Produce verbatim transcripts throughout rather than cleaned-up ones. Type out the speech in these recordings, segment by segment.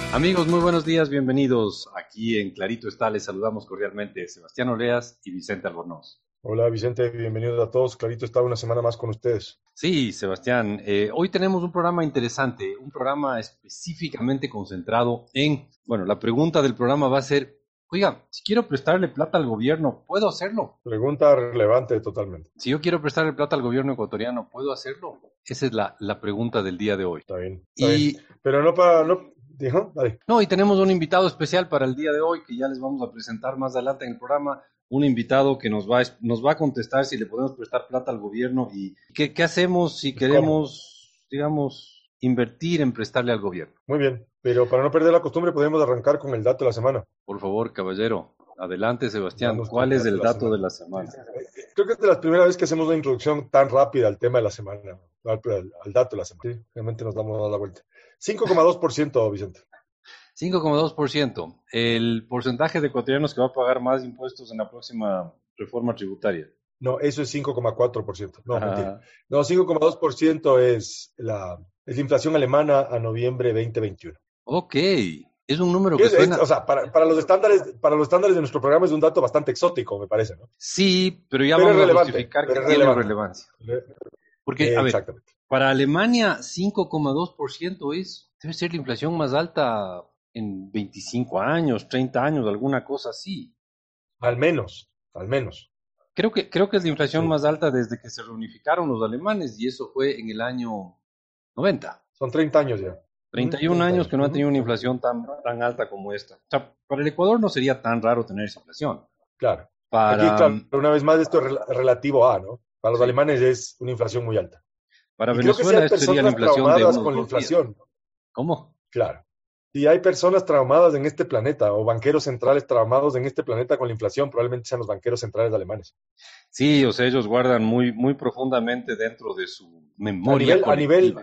Amigos, muy buenos días, bienvenidos. Aquí en Clarito está, les saludamos cordialmente Sebastián Oleas y Vicente Albornoz. Hola Vicente, bienvenidos a todos. Clarito está una semana más con ustedes. Sí, Sebastián, eh, hoy tenemos un programa interesante, un programa específicamente concentrado en, bueno, la pregunta del programa va a ser, oiga, si quiero prestarle plata al gobierno, ¿puedo hacerlo? Pregunta relevante totalmente. Si yo quiero prestarle plata al gobierno ecuatoriano, ¿puedo hacerlo? Esa es la, la pregunta del día de hoy. Está bien, está bien. Y Pero no para, no, dijo, dale. No, y tenemos un invitado especial para el día de hoy que ya les vamos a presentar más adelante en el programa. Un invitado que nos va, a- nos va a contestar si le podemos prestar plata al gobierno y qué, qué hacemos si ¿Cómo? queremos, digamos, invertir en prestarle al gobierno. Muy bien, pero para no perder la costumbre podemos arrancar con el dato de la semana. Por favor, caballero. Adelante, Sebastián. Danos tu ¿Cuál es dato el de la dato de semana. la Sí, semana? sí, sí. Creo que es de las primeras veces que hacemos una introducción tan rápida al tema de la semana, al, al- al dato de la semana. Sí, realmente nos damos la vuelta. cinco coma dos por ciento, Vicente. cinco coma dos por ciento. El porcentaje de ecuatorianos que va a pagar más impuestos en la próxima reforma tributaria. No, eso es cinco coma cuatro por ciento. No, mentira. Ajá. No, cinco coma dos por ciento es la, es la inflación alemana a noviembre veinte veintiuno. Ok. Es un número Que que es- es- suena. o sea, para, para los estándares, para los estándares de nuestro programa es un dato bastante exótico, me parece, ¿no? Sí, pero ya Pero es vamos a relevante, justificar que pero es tiene relevante. relevancia. Porque, Eh, a ver, exactamente. para Alemania cinco coma dos por ciento es, debe ser la inflación más alta en veinticinco años, treinta años, alguna cosa así. Al menos, al menos. Creo que, creo que es la inflación Sí. más alta desde que se reunificaron los alemanes y eso fue en el año noventa. Son treinta años ya. treinta Ujú, y un treinta años años. que no han Ujú. tenido una inflación tan, tan alta como esta. O sea, para el Ecuador no sería tan raro tener esa inflación. Claro. Aquí, Para, claro, una vez más, esto es rel- relativo a, ¿no? Para los sí, alemanes es una inflación muy alta. para Y creo que sí Venezuela hay esto sería la personas inflación de traumadas unos con la dos días. inflación. ¿Cómo? Claro. Y hay personas traumadas en este planeta, o banqueros centrales traumados en este planeta con la inflación, probablemente sean los banqueros centrales alemanes. Sí, o sea, ellos guardan muy, muy profundamente dentro de su A memoria nivel, a nivel, colectiva.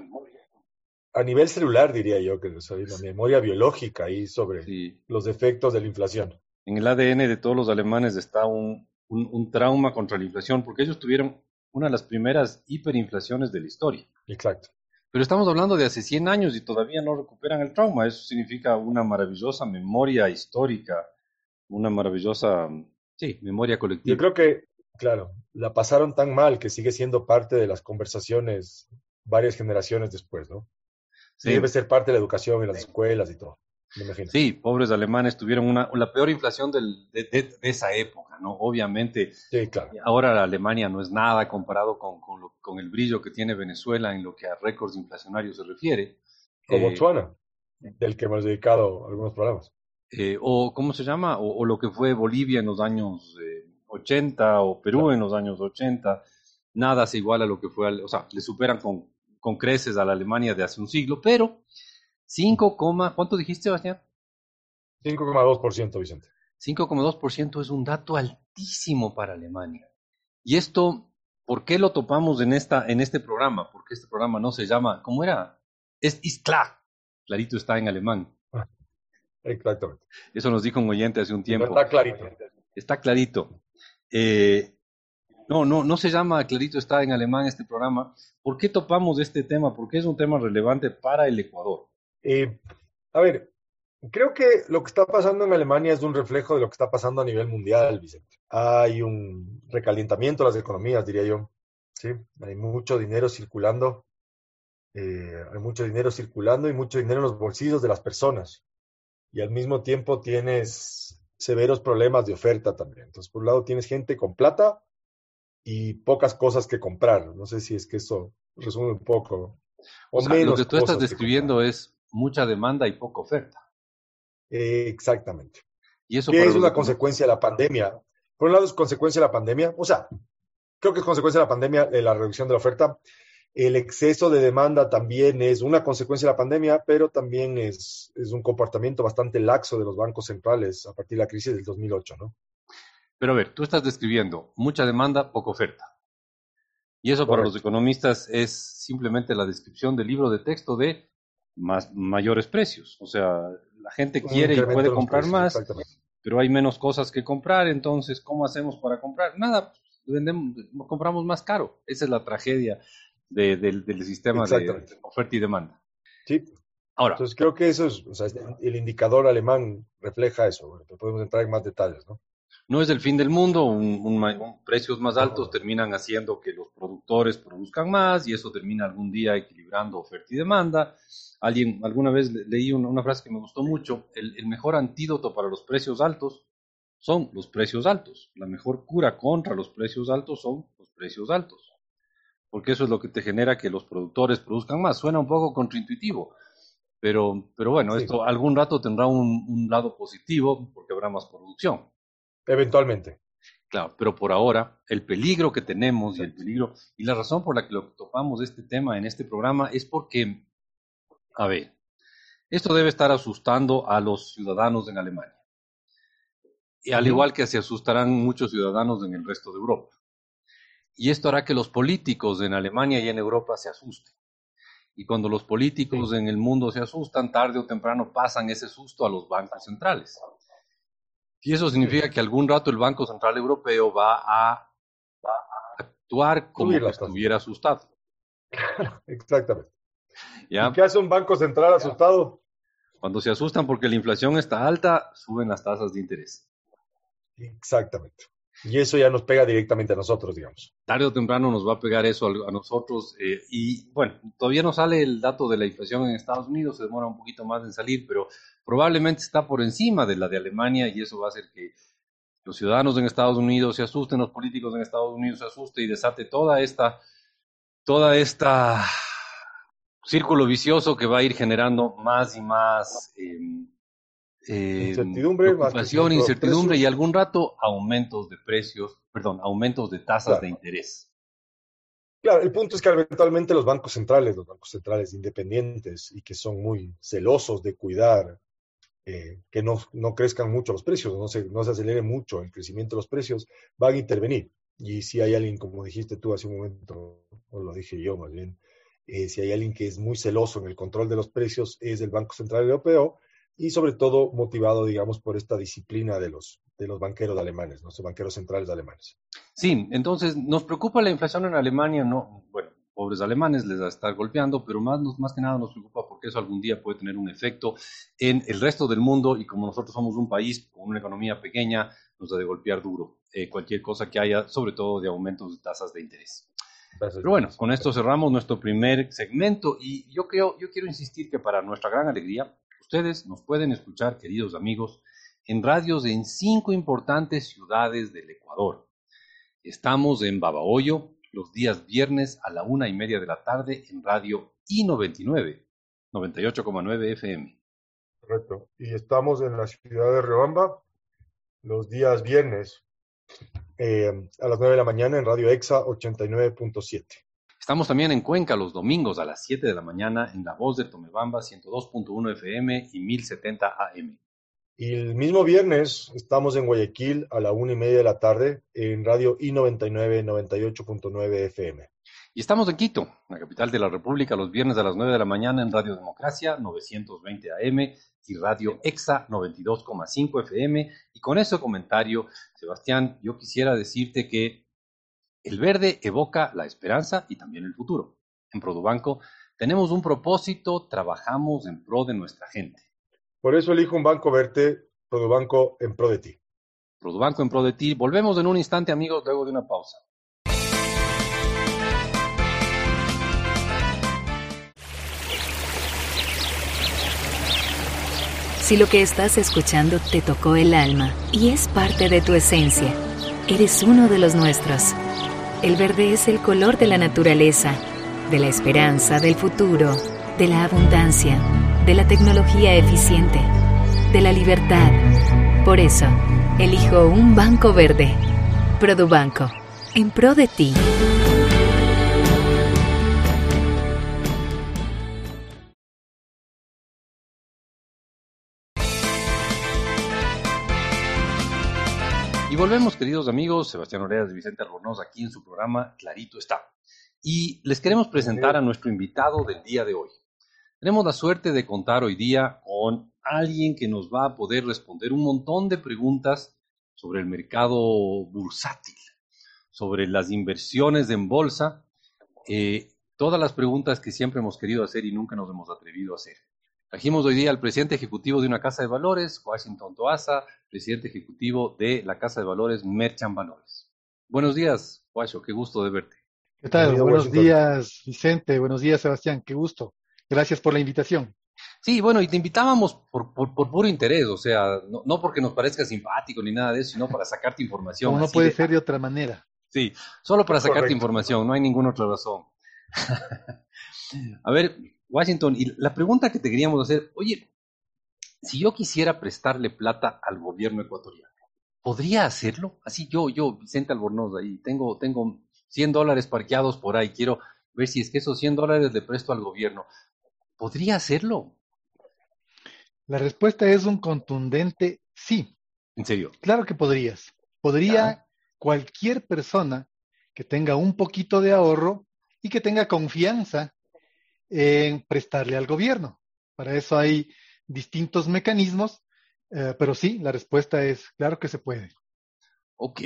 a nivel celular, diría yo, que hay una memoria biológica ahí sobre Sí, los efectos de la inflación. en el A D N de todos los alemanes está un, un, un trauma contra la inflación, porque ellos tuvieron una de las primeras hiperinflaciones de la historia. Exacto. Pero estamos hablando de hace cien años y todavía no recuperan el trauma. Eso significa una maravillosa memoria histórica, una maravillosa, sí, memoria Yo colectiva. creo que, claro, la pasaron tan mal que sigue siendo parte de las conversaciones varias generaciones después, ¿no? Y debe Sí, ser parte de la educación en las escuelas y todo, me imagino. sí, pobres alemanes tuvieron una, la peor inflación del- de, de- de esa época, ¿no? Obviamente, Sí, claro. ahora la Alemania no es nada comparado con, con, lo- con el brillo que tiene Venezuela en lo que a récords inflacionarios se refiere. O Eh, Botswana, del que hemos dedicado algunos programas. eh, o, ¿cómo se llama? O, o lo que fue Bolivia en los años eh, ochenta o Perú Claro. en los años ochenta. Nada se iguala a lo que fue, al- o sea, le superan con, con creces a la Alemania de hace un siglo, pero cinco, ¿cuánto dijiste, Sebastián? cinco coma dos por ciento, Vicente. cinco coma dos por ciento es un dato altísimo para Alemania. Y esto, ¿por qué lo topamos en, esta, en este programa? Porque este programa no se llama, ¿cómo era? Es ist klar. Clarito está en alemán. Ah, exactamente. Eso nos dijo un oyente hace un Y no tiempo. está clarito. Está clarito. Eh, no, no, no se llama Clarito está en alemán este programa. ¿Por qué topamos este tema? Porque es un tema relevante para el Ecuador. Eh, a ver, creo que lo que está pasando en Alemania es un reflejo de lo que está pasando a nivel mundial, Vicente. Hay un recalentamiento de las economías, diría yo. Sí, hay mucho dinero circulando, eh, hay mucho dinero circulando y mucho dinero en los bolsillos de las personas. Y al mismo tiempo tienes severos problemas de oferta también. Entonces, por un lado tienes gente con plata y pocas cosas que comprar. No sé si es que eso resume un poco, O o sea, lo menos que tú estás cosas que comprar. describiendo es mucha demanda y poca oferta. Eh, exactamente. Y eso Que para es los una economistas. consecuencia de la pandemia. Por un lado es consecuencia de la pandemia, o sea, creo que es consecuencia de la pandemia, de la reducción de la oferta. El exceso de demanda también es una consecuencia de la pandemia, pero también es, es un comportamiento bastante laxo de los bancos centrales a partir de la crisis del dos mil ocho, ¿no? Pero a ver, tú estás describiendo mucha demanda, poca oferta. Y eso para los Correcto. economistas es simplemente la descripción del libro de texto de más, mayores precios. O sea, la gente Un quiere y incremento puede en los comprar precios, más, exactamente. pero hay menos cosas que comprar, entonces, ¿cómo hacemos para comprar? Nada, pues, vendemos, compramos más caro. Esa es la tragedia de, del, del sistema de Exactamente. oferta y demanda. Sí. Ahora, Entonces creo que eso es, o sea, el indicador alemán refleja eso. Bueno, pero podemos entrar en más detalles, ¿no? no es el fin del mundo, un, un un precios más altos No, terminan haciendo que los productores produzcan más y eso termina algún día equilibrando oferta y demanda. Alguien, alguna vez le, leí una, una, frase que me gustó mucho, el, el mejor antídoto para los precios altos son los precios altos. La mejor cura contra los precios altos son los precios altos, porque eso es lo que te genera que los productores produzcan más. Suena un poco contraintuitivo, pero, pero bueno, sí, esto algún rato tendrá un, un lado positivo porque habrá más producción. eventualmente. Claro, pero por ahora el peligro que tenemos y el Exacto. peligro y la razón por la que lo topamos este tema en este programa es porque, a ver, esto debe estar asustando a los ciudadanos en Alemania, y al Ujú. igual que se asustarán muchos ciudadanos en el resto de Europa. Y esto hará que los políticos en Alemania y en Europa se asusten. Y cuando los políticos Sí, en el mundo se asustan, tarde o temprano pasan ese susto a los bancos centrales. Y eso sí. significa que algún rato el Banco Central Europeo va a actuar como Subir que las tasas. estuviera asustado. Exactamente. ¿Y ¿Ya? qué hace un banco central asustado? Cuando se asustan porque la inflación está alta, suben las tasas de interés. Exactamente. Y eso ya nos pega directamente a nosotros, digamos. Tarde o temprano nos va a pegar eso a nosotros. Eh, y bueno, todavía no sale el dato de la inflación en Estados Unidos, se demora un poquito más en salir, pero probablemente está por encima de la de Alemania y eso va a hacer que los ciudadanos en Estados Unidos se asusten, los políticos en Estados Unidos se asusten y desate toda esta, toda esta círculo vicioso que va a ir generando más y más eh, eh, Incertidumbre, más preocupación, crecimiento de los incertidumbre y precios. algún rato aumentos de precios, perdón, aumentos de tasas de Claro. interés. Claro, el punto es que eventualmente los bancos centrales, los bancos centrales independientes y que son muy celosos de cuidar eh, que no, no crezcan mucho los precios, no se, no se acelere mucho el crecimiento de los precios, van a intervenir. Y si hay alguien, como dijiste tú hace un momento, o lo dije yo más bien, eh, si hay alguien que es muy celoso en el control de los precios, es el Banco Central Europeo y sobre todo motivado, digamos, por esta disciplina de los, de los banqueros alemanes, ¿no? Los banqueros centrales alemanes. Sí, entonces nos preocupa la inflación en Alemania, no, bueno, pobres alemanes les va a estar golpeando, pero más, nos- más que nada nos preocupa porque eso algún día puede tener un efecto en el resto del mundo y como nosotros somos un país con una economía pequeña, nos ha de golpear duro eh, cualquier cosa que haya, sobre todo de aumentos de tasas de interés. Tasas de Pero bueno, interés. con esto cerramos nuestro primer segmento y yo creo, yo quiero insistir que para nuestra gran alegría, ustedes nos pueden escuchar, queridos amigos, en radios en cinco importantes ciudades del Ecuador. Estamos en Babahoyo los días viernes a la una y media de la tarde en radio I noventa y nueve, noventa y ocho coma nueve F M. Correcto. Y estamos en la ciudad de Riobamba los días viernes eh, a las nueve de la mañana en Radio EXA ochenta y nueve punto siete. Estamos también en Cuenca los domingos a las siete de la mañana en La Voz de Tomebamba ciento dos punto uno F M y mil setenta A M. Y el mismo viernes estamos en Guayaquil a la una y media de la tarde en Radio I noventa y nueve, noventa y ocho punto nueve F M. Y estamos en Quito, la capital de la República, los viernes a las nueve de la mañana en Radio Democracia novecientos veinte A M y Radio EXA noventa y dos coma cinco F M. Y con ese comentario, Sebastián, yo quisiera decirte que el verde evoca la esperanza y también el futuro. En Produbanco tenemos un propósito, trabajamos en pro de nuestra gente. Por eso elijo un banco verde, Produbanco en pro de ti. Produbanco en pro de ti. Volvemos en un instante, amigos, luego de una pausa. Si lo que estás escuchando te tocó el alma y es parte de tu esencia, eres uno de los nuestros. El verde es el color de la naturaleza, de la esperanza, del futuro, de la abundancia, de la tecnología eficiente, de la libertad. Por eso, elijo un banco verde. Produbanco, en pro de ti. Y volvemos, queridos amigos, Sebastián Oreas y Vicente Albornoz aquí en su programa Clarito está. Y les queremos presentar a nuestro invitado del día de hoy. Tenemos la suerte de contar hoy día con alguien que nos va a poder responder un montón de preguntas sobre el mercado bursátil, sobre las inversiones en bolsa, eh, todas las preguntas que siempre hemos querido hacer y nunca nos hemos atrevido a hacer. Trajimos hoy día al presidente ejecutivo de una casa de valores, Washington Toasa, presidente ejecutivo de la casa de valores Merchant Valores. Buenos días, Washo, qué gusto de verte. ¿Qué tal? Bienvenido, Buenos Washington. días, Vicente. Buenos días, Sebastián. Qué gusto. Gracias por la invitación. Sí, bueno, y te invitábamos por, por, por puro interés, o sea, no, no porque nos parezca simpático ni nada de eso, sino para sacarte información. Como no así puede de- ser de otra manera. Sí, solo para sacarte Correcto. información, no hay ninguna otra razón. A ver, Washington, y la pregunta que te queríamos hacer, oye, si yo quisiera prestarle plata al gobierno ecuatoriano, ¿podría hacerlo? Así yo, yo, Vicente Albornoz, ahí tengo, tengo cien dólares parqueados por ahí, quiero ver si es que esos cien dólares le presto al gobierno. ¿Podría hacerlo? La respuesta es un contundente sí. En serio. Claro que podrías. Podría Ya. cualquier persona que tenga un poquito de ahorro y que tenga confianza en prestarle al gobierno. Para eso hay distintos mecanismos, eh, pero sí, la respuesta es claro que se puede. Ok.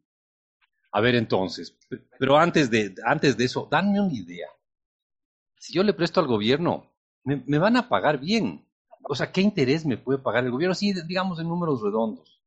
A ver, entonces, pe- pero antes de, antes de eso, dame una idea. Si yo le presto al gobierno, me, me van a pagar bien. O sea, ¿qué interés me puede pagar el gobierno? Sí, digamos en números redondos.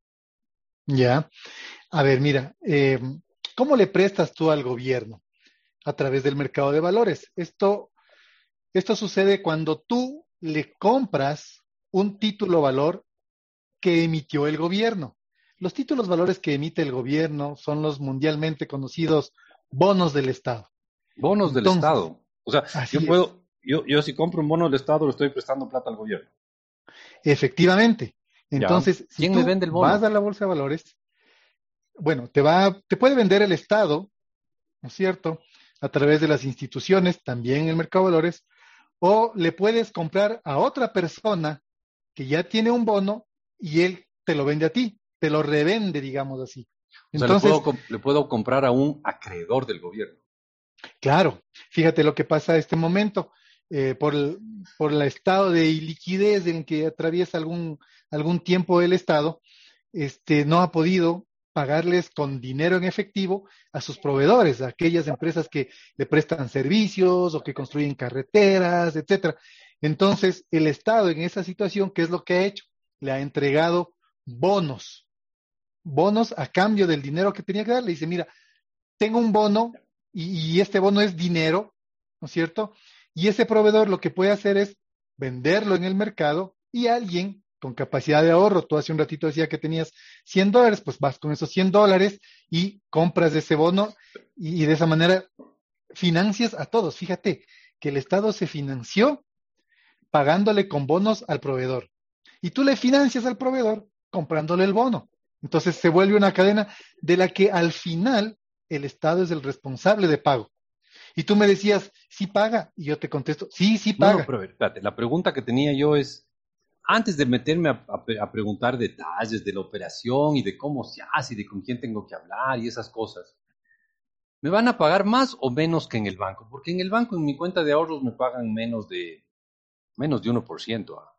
Ya. A ver, mira, eh, ¿cómo le prestas tú al gobierno? A través del mercado de valores. Esto Esto sucede cuando tú le compras un título valor que emitió el gobierno. Los títulos valores que emite el gobierno son los mundialmente conocidos bonos del Estado. Bonos del Entonces, Estado. O sea, yo así es, puedo, yo, yo si compro un bono del Estado, le estoy prestando plata al gobierno. efectivamente. ¿Ya? Entonces, si ¿Quién me tú vende el vas bono? a la bolsa de valores, bueno, te va, te puede vender el Estado, ¿no es cierto? A través de las instituciones, también en el mercado de valores, o le puedes comprar a otra persona que ya tiene un bono y él te lo vende a ti, te lo revende, digamos así. O sea, le puedo, Entonces, com- le puedo comprar a un acreedor del gobierno. claro, fíjate lo que pasa a este momento, eh, por el, por el estado de iliquidez en que atraviesa algún, algún tiempo el Estado, este, no ha podido pagarles con dinero en efectivo a sus proveedores, a aquellas empresas que le prestan servicios o que construyen carreteras, etcétera. Entonces, el Estado en esa situación, ¿qué es lo que ha hecho? Le ha entregado bonos, bonos a cambio del dinero que tenía que dar. Le dice, mira, tengo un bono y, y este bono es dinero, ¿no es cierto? Y ese proveedor lo que puede hacer es venderlo en el mercado y alguien con capacidad de ahorro, tú hace un ratito decía que tenías cien dólares, pues vas con esos cien dólares y compras ese bono y, y de esa manera financias a todos. Fíjate que el Estado se financió pagándole con bonos al proveedor y tú le financias al proveedor comprándole el bono. Entonces se vuelve una cadena de la que al final el Estado es el responsable de pago. Y tú me decías, sí paga, y yo te contesto, sí, sí No, no, paga. pero a ver, espérate, la pregunta que tenía yo es, antes de meterme a, a pre- a preguntar detalles de la operación y de cómo se hace y de con quién tengo que hablar y esas cosas, ¿me van a pagar más o menos que en el banco? Porque en el banco, en mi cuenta de ahorros, me pagan menos de, menos de uno por ciento. ¿Ah?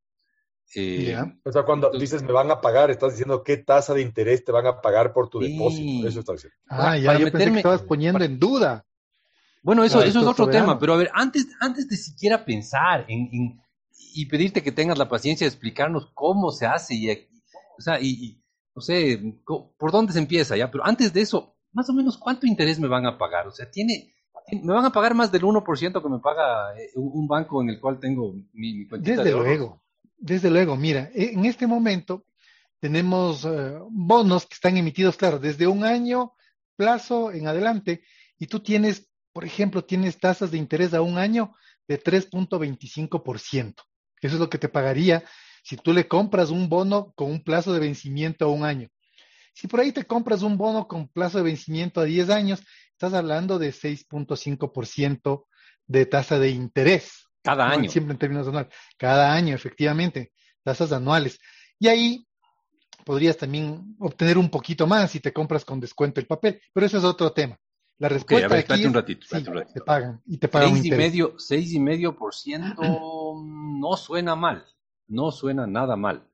Eh, Ya. O sea, cuando entonces, dices me van a pagar, estás diciendo qué tasa de interés te van a pagar por tu depósito. Eso sí. está diciendo. O Ah, sea, ya, para yo pensé que meterme, estabas poniendo para- en duda bueno, eso, al eso es sector otro tema, soberano. pero a ver, antes, antes de siquiera pensar en, en- y pedirte que tengas la paciencia de explicarnos cómo se hace y, y- o sea, y, y, no sé, co- por dónde se empieza ya, pero antes de eso, más o menos, ¿cuánto interés me van a pagar? O sea, tiene, tiene- me van a pagar más del uno por ciento que me paga eh, un, un banco en el cual tengo mi, mi cuentita Desde de ahorros. luego, desde luego, mira, e- en este momento tenemos eh, bonos que están emitidos, claro, desde un año plazo en adelante, y tú tienes, por ejemplo, tienes tasas de interés a un año de tres punto veinticinco por ciento. Eso es lo que te pagaría si tú le compras un bono con un plazo de vencimiento a un año. Si por ahí te compras un bono con plazo de vencimiento a diez años, estás hablando de seis punto cinco por ciento de tasa de interés, Cada ¿no? año. Siempre en términos anuales. Cada año, efectivamente, tasas anuales. Y ahí podrías también obtener un poquito más si te compras con descuento el papel, pero eso es otro tema. La Ok, a respuesta ver, aquí espérate un es ratito, espérate sí, un te ratito. pagan y te pagan un Seis y interés. medio, seis y medio por ciento no suena mal, no suena nada mal.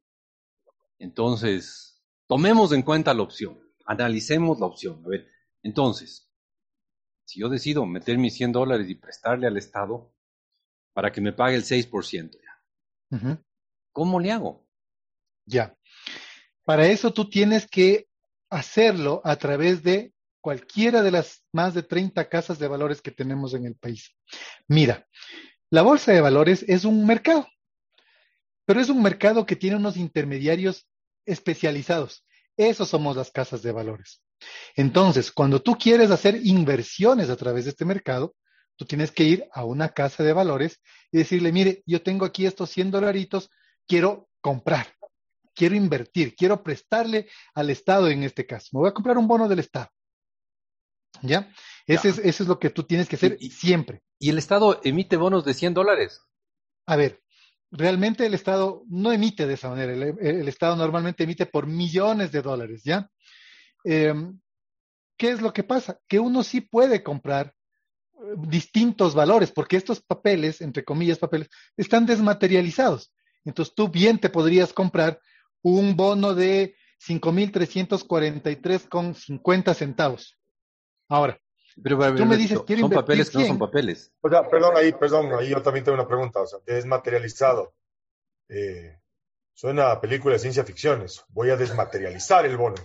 Entonces, tomemos en cuenta la opción, analicemos la opción. A ver, entonces, si yo decido meter mis cien dólares y prestarle al Estado para que me pague el seis por ciento, ya. Uh-huh. ¿Cómo le hago? Ya. Para eso tú tienes que hacerlo a través de cualquiera de las más de treinta casas de valores que tenemos en el país. Mira, la bolsa de valores es un mercado, pero es un mercado que tiene unos intermediarios especializados. Esos somos las casas de valores. Entonces, cuando tú quieres hacer inversiones a través de este mercado, tú tienes que ir a una casa de valores y decirle, mire, yo tengo aquí estos cien dolaritos, quiero comprar, quiero invertir, quiero prestarle al Estado en este caso. Me voy a comprar un bono del Estado. ¿Ya? Ese Ya. es, eso es lo que tú tienes que hacer Y- y- siempre. ¿Y el Estado emite bonos de cien dólares? A ver, realmente el Estado no emite de esa manera. El, el Estado normalmente emite por millones de dólares, ¿ya? Eh, ¿Qué es lo que pasa? Que uno sí puede comprar eh, distintos valores, porque estos papeles, entre comillas papeles, están desmaterializados. Entonces tú bien te podrías comprar un bono de cinco mil trescientos cuarenta y tres con cincuenta centavos. Ahora, Pero, si pero, tú me pero, dices, quiero son invertir papeles que no son cien, papeles. O sea, perdón, ahí, perdón, ahí yo también tengo una pregunta. O sea, desmaterializado. Eh, suena a película de ciencia ficción eso. Voy a desmaterializar el bono.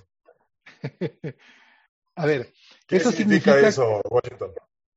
a ver, ¿Qué eso significa significa, eso, Washington?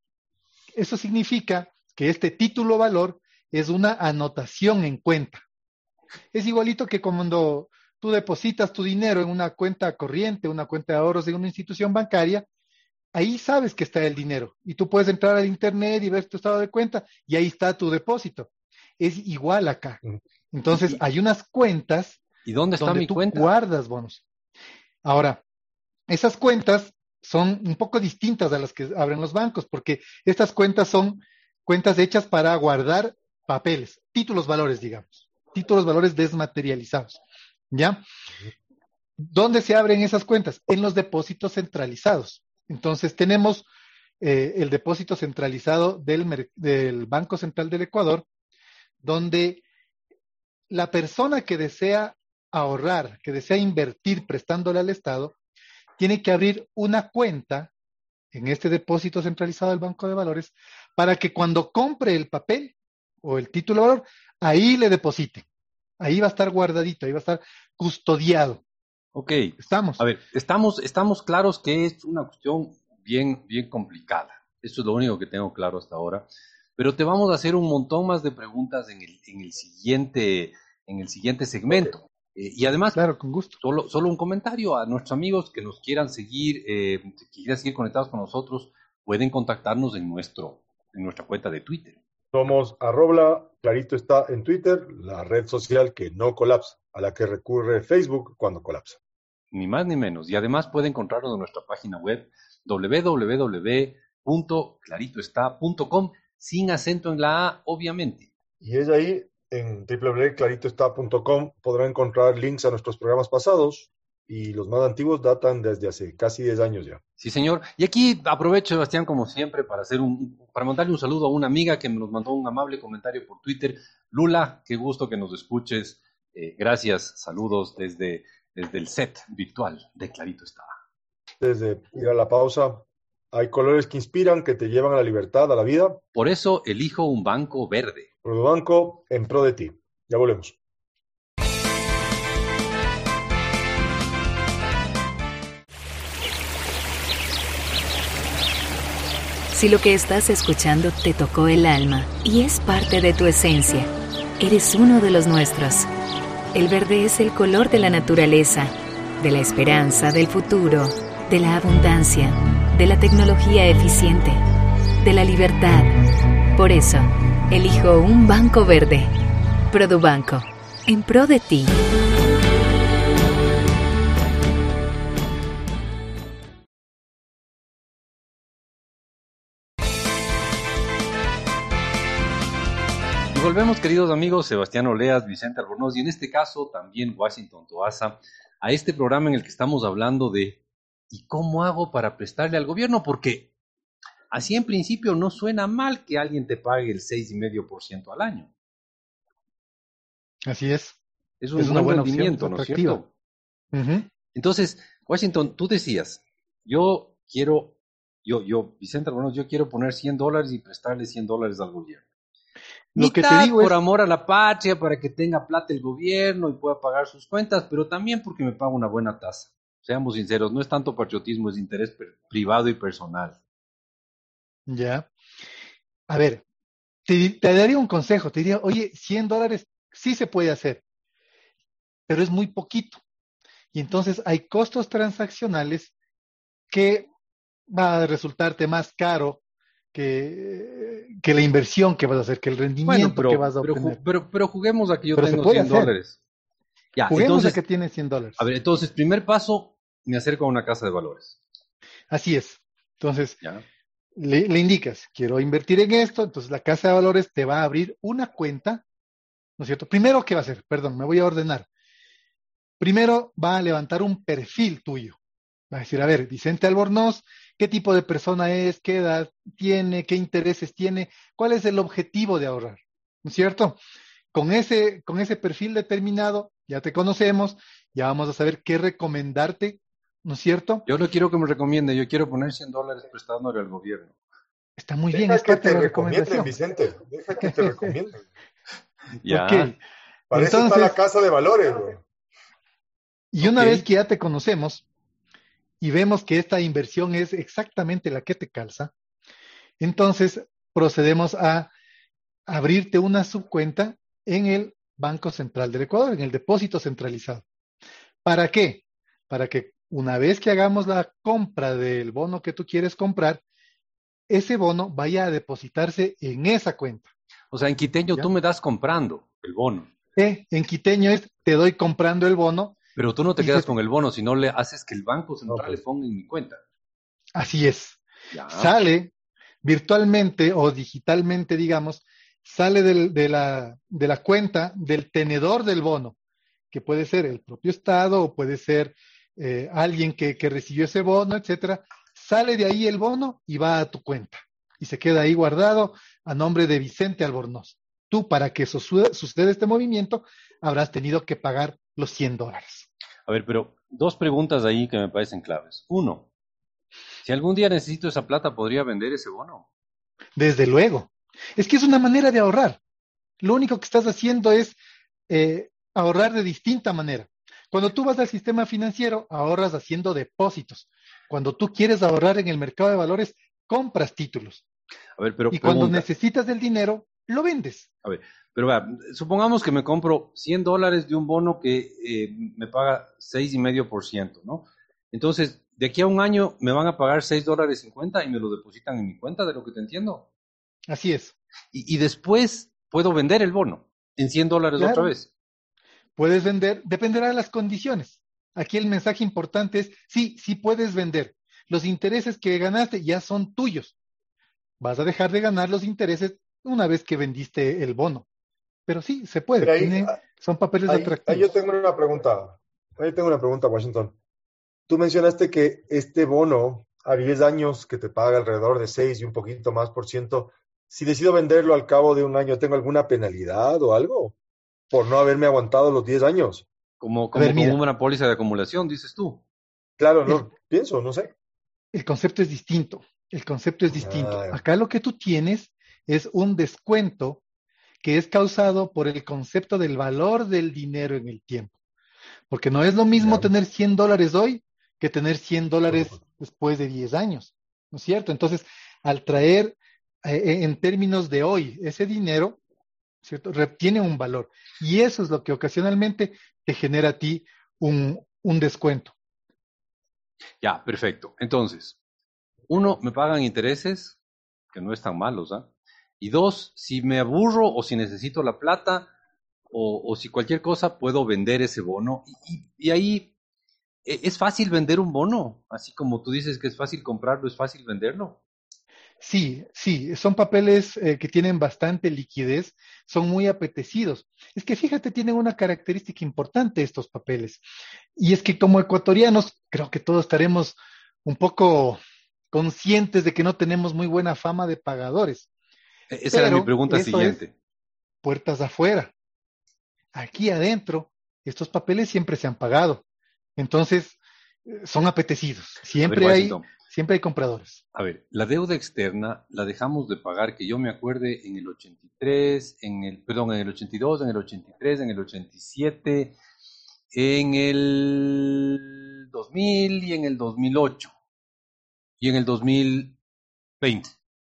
eso significa que este título valor es una anotación en cuenta. Es igualito que cuando tú depositas tu dinero en una cuenta corriente, una cuenta de ahorros en una institución bancaria, ahí sabes que está el dinero y tú puedes entrar al internet y ver tu estado de cuenta y ahí está tu depósito. Es igual acá. Entonces, ¿Y, y, hay unas cuentas y dónde está donde mi tú cuenta? guardas bonos. Ahora, esas cuentas son un poco distintas a las que abren los bancos, porque estas cuentas son cuentas hechas para guardar papeles, títulos valores, digamos, títulos valores desmaterializados. ¿Ya? ¿Dónde se abren esas cuentas? En los depósitos centralizados. Entonces, tenemos eh, el depósito centralizado del, del Banco Central del Ecuador, donde la persona que desea ahorrar, que desea invertir prestándole al Estado, tiene que abrir una cuenta en este depósito centralizado del Banco de Valores para que cuando compre el papel o el título de valor, ahí le deposite. Ahí va a estar guardadito, ahí va a estar custodiado. Ok. ¿Estamos? A ver, estamos, estamos claros que es una cuestión bien, bien complicada. Eso es lo único que tengo claro hasta ahora. Pero te vamos a hacer un montón más de preguntas en el, en el, siguiente, en el siguiente segmento. Okay. Eh, y además, claro, con gusto. Solo, solo un comentario a nuestros amigos que nos quieran seguir, eh, que quieran seguir conectados con nosotros, pueden contactarnos en, nuestro, en nuestra cuenta de Twitter. Somos arroba, clarito está en Twitter, la red social que no colapsa, a la que recurre Facebook cuando colapsa. Ni más ni menos. Y además pueden encontrarnos en nuestra página web doble u doble u doble u punto clarito está punto com, sin acento en la A, obviamente. Y es ahí, en doble u doble u doble u punto clarito está punto com, podrá encontrar links a nuestros programas pasados, y los más antiguos datan desde hace casi diez años ya. Sí, señor. Y aquí aprovecho, Sebastián, como siempre, para hacer un, para mandarle un saludo a una amiga que nos mandó un amable comentario por Twitter. Lula, qué gusto que nos escuches. Eh, gracias, saludos desde, desde el set virtual de Clarito Está. Desde ir a la pausa, hay colores que inspiran, que te llevan a la libertad, a la vida. Por eso elijo un banco verde. Produbanco, en pro de ti. Ya volvemos. Si lo que estás escuchando te tocó el alma y es parte de tu esencia, eres uno de los nuestros. El verde es el color de la naturaleza, de la esperanza, del futuro, de la abundancia, de la tecnología eficiente, de la libertad. Por eso, elijo un banco verde. Produbanco, en pro de ti. Y volvemos, queridos amigos, Sebastián Oleas, Vicente Albornoz, y en este caso también Washington Toasa, a este programa en el que estamos hablando de ¿y cómo hago para prestarle al gobierno? Porque así en principio no suena mal que alguien te pague el seis coma cinco por ciento al año. Así es. Es un es buen una buena rendimiento, opción, ¿no es cierto? Uh-huh. Entonces, Washington, tú decías, yo quiero, yo, yo, Vicente Albornoz, yo quiero poner cien dólares y prestarle cien dólares al gobierno. Lo que te Mitad digo por es, amor a la patria, para que tenga plata el gobierno y pueda pagar sus cuentas, pero también porque me paga una buena tasa. Seamos sinceros, no es tanto patriotismo, es interés per- privado y personal. ya, a ver, te, te daría un consejo, te diría, oye, cien dólares sí se puede hacer, pero es muy poquito. Y entonces hay costos transaccionales que va a resultarte más caro que, que la inversión que vas a hacer, que el Bueno, rendimiento que pero, vas a pero, obtener. ju- pero, pero juguemos a que yo Pero se tengo puede cien hacer. dólares. Ya, Juguemos a que entonces, tienes cien a dólares. ver, entonces, primer paso, me acerco a una casa de valores. Así es. Entonces, ¿Ya? le, le indicas, quiero invertir en esto, entonces la casa de valores te va a abrir una cuenta, ¿no es cierto? Primero, ¿qué va a hacer? Perdón, me voy a ordenar. Primero va a levantar un perfil tuyo. Va a decir, a ver, Vicente Albornoz, ¿qué tipo de persona es? ¿Qué edad tiene? ¿Qué intereses tiene? ¿Cuál es el objetivo de ahorrar? ¿No es cierto? Con ese, con ese perfil determinado, ya te conocemos, ya vamos a saber qué recomendarte, ¿no es cierto? Yo no quiero que me recomiende, yo quiero poner cien dólares prestándole al gobierno. Está muy bien, Deja es que parte de te la recomienden, recomendación. Vicente. Deja que te recomienden. Ok, Ya, Para eso está la entonces, casa de valores, bro. y ok. una vez que ya te conocemos y vemos que esta inversión es exactamente la que te calza, entonces procedemos a abrirte una subcuenta en el Banco Central del Ecuador, en el depósito centralizado. ¿Para qué? Para que una vez que hagamos la compra del bono que tú quieres comprar, ese bono vaya a depositarse en esa cuenta. O sea, en quiteño tú ¿Ya? me das comprando el bono, E, en quiteño es, te doy comprando el bono pero tú no te y se quedas te- con el bono, sino le haces que el Banco No, Central le pues. ponga en mi cuenta. así es. Ya, Sale virtualmente o digitalmente, digamos, sale del- de la, de la cuenta del tenedor del bono, que puede ser el propio Estado o puede ser eh, alguien que, que recibió ese bono, etcétera. Sale de ahí el bono y va a tu cuenta y se queda ahí guardado a nombre de Vicente Albornoz. Tú, para que eso su- suceda este movimiento, habrás tenido que pagar los cien dólares. a ver, pero dos preguntas ahí que me parecen claves. Uno, si algún día necesito esa plata, ¿podría vender ese bono? Desde luego. Es que es una manera de ahorrar. Lo único que estás haciendo es eh, ahorrar de distinta manera. Cuando tú vas al sistema financiero, ahorras haciendo depósitos. Cuando tú quieres ahorrar en el mercado de valores, compras títulos. A ver, pero Y cuando pregunta, necesitas el dinero, lo vendes. a ver, pero vea, supongamos que me compro cien dólares de un bono que eh, me paga seis y medio por ciento, ¿no? Entonces, de aquí a un año me van a pagar seis dólares cincuenta y me lo depositan en mi cuenta, de lo que te entiendo. Así es. Y, y después puedo vender el bono en cien dólares otra Claro, vez. puedes vender, dependerá de las condiciones. Aquí el mensaje importante es, sí, sí puedes vender. Los intereses que ganaste ya son tuyos. Vas a dejar de ganar los intereses una vez que vendiste el bono. Pero sí, se puede. Mira, ahí, Tiene, son papeles ahí, ahí yo atractivos. tengo una pregunta. Ahí tengo una pregunta, Washington. Tú mencionaste que este bono a diez años que te paga alrededor de seis y un poquito más por ciento, si decido venderlo al cabo de un año, ¿tengo alguna penalidad o algo por no haberme aguantado los diez años? Como, A ver, como, como mira, una póliza de acumulación, dices tú. Claro, el, no, pienso, no sé. el concepto es distinto. El concepto es distinto. Ah, Acá lo que tú tienes es un descuento que es causado por el concepto del valor del dinero en el tiempo. Porque no es lo mismo ya, tener cien dólares hoy que tener cien por dólares supuesto. después de diez años, ¿no es cierto? Entonces, al traer eh, en términos de hoy ese dinero, ¿cierto? Tiene un valor. Y eso es lo que ocasionalmente te genera a ti un, un descuento. Ya, perfecto. Entonces, uno, me pagan intereses, que no están malos, ¿ah? Y dos, si me aburro o si necesito la plata o, o si cualquier cosa, puedo vender ese bono. Y, y- y ahí e- es fácil vender un bono, así como tú dices que es fácil comprarlo, es fácil venderlo. Sí, sí, son papeles eh, que tienen bastante liquidez, son muy apetecidos. Es que fíjate, tienen una característica importante estos papeles. Y es que como ecuatorianos, creo que todos estaremos un poco conscientes de que no tenemos muy buena fama de pagadores, E- Esa era mi pero pregunta eso es siguiente. puertas afuera. Aquí adentro, estos papeles siempre se han pagado. Entonces, eh, son apetecidos. A ver, Siempre hay, Washington, siempre hay compradores. A ver, la deuda externa la dejamos de pagar, que yo me acuerde, en el ochenta y tres, en el, perdón, en el ochenta y dos, en el ochenta y tres, en el ochenta y siete, en el dos mil y en el dos mil ocho y en el dos mil veinte.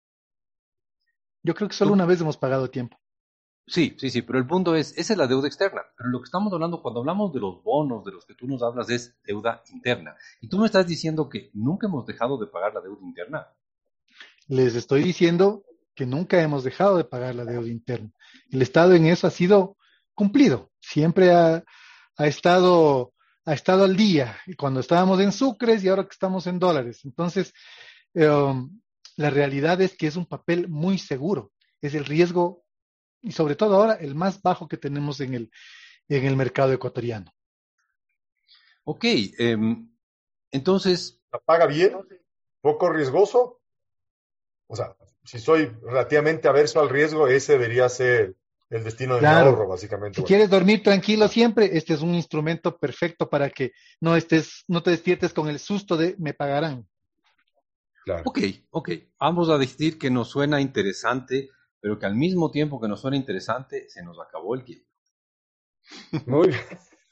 Yo creo que solo una vez hemos pagado a tiempo. Sí, sí, sí, pero el punto es, esa es la deuda externa. Pero lo que estamos hablando, cuando hablamos de los bonos de los que tú nos hablas, es deuda interna. Y tú me estás diciendo que nunca hemos dejado de pagar la deuda interna. Les estoy diciendo que nunca hemos dejado de pagar la deuda interna. El Estado en eso ha sido cumplido. Siempre ha, ha estado, ha estado al día. Y cuando estábamos en sucres y ahora que estamos en dólares. Entonces, eh, la realidad es que es un papel muy seguro. Es el riesgo, y sobre todo ahora, el más bajo que tenemos en el, en el mercado ecuatoriano. Ok, eh, entonces, ¿La paga bien? ¿Poco riesgoso? O sea, si soy relativamente averso al riesgo, ese debería ser el destino de Claro. mi ahorro, básicamente. Si Bueno, quieres dormir tranquilo siempre, este es un instrumento perfecto para que no estés, no te despiertes con el susto de me pagarán. claro. ok, ok, vamos a decir que nos suena interesante, pero que al mismo tiempo que nos suena interesante, se nos acabó el tiempo. Muy bien.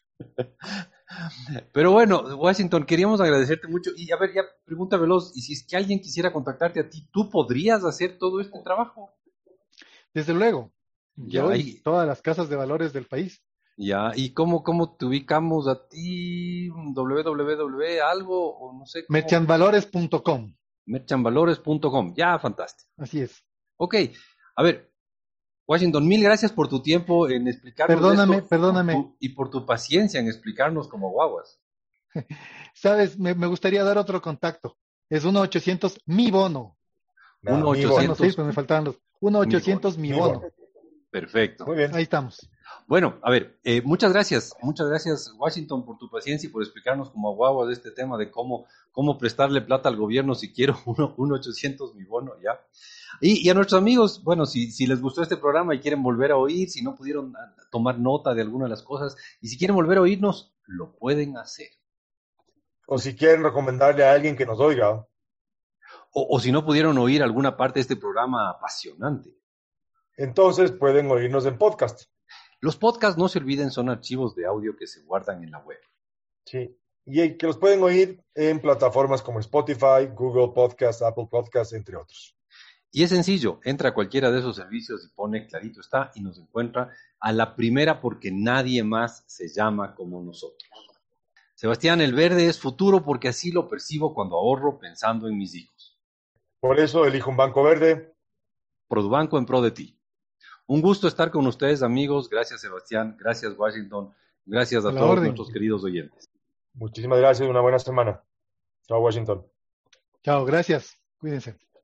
Pero bueno, Washington, queríamos agradecerte mucho. Y a ver, ya pregunta veloz, y si es que alguien quisiera contactarte a ti, ¿tú podrías hacer todo este trabajo? Desde luego, Ya, yo y y, todas las casas de valores del país. ya, ¿y cómo, cómo te ubicamos a ti? ¿www algo? O no sé cómo. merchant valores punto com, merchant valores punto com. Ya, fantástico. así es. Ok, a ver, Washington, mil gracias por tu tiempo en explicarnos Perdóname, esto perdóname. por tu- y por tu paciencia en explicarnos como guaguas. Sabes, me, me gustaría dar otro contacto. Es uno ochocientos mi bono. Nada, uno mi Están bono. los seis, ochocientos. pero me faltaban los uno ochocientos mi Mi bono. bono. Perfecto. Muy bien. Ahí estamos. Bueno, a ver, eh, muchas gracias, muchas gracias Washington por tu paciencia y por explicarnos como guaguas de este tema de cómo, cómo prestarle plata al gobierno si quiero uno, uno ochocientos mi bono, ya. Y, y a nuestros amigos, bueno, si, si les gustó este programa y quieren volver a oír, si no pudieron ah, tomar nota de alguna de las cosas, y si quieren volver a oírnos, lo pueden hacer. O si quieren recomendarle a alguien que nos oiga. O, o si no pudieron oír alguna parte de este programa apasionante. Entonces pueden oírnos en podcast. Los podcasts, no se olviden, son archivos de audio que se guardan en la web. Sí. Y que los pueden oír en plataformas como Spotify, Google Podcast, Apple Podcast, entre otros. Y es sencillo, entra a cualquiera de esos servicios y pone clarito está y nos encuentra a la primera porque nadie más se llama como nosotros. Sebastián, el verde es futuro porque así lo percibo cuando ahorro pensando en mis hijos. Por eso elijo un banco verde. Produbanco en pro de ti. Un gusto estar con ustedes, amigos. Gracias, Sebastián. Gracias, Washington. Gracias a, A la todos orden. nuestros queridos oyentes. Muchísimas gracias. Una buena semana. Chao, Washington. Chao, gracias. Cuídense.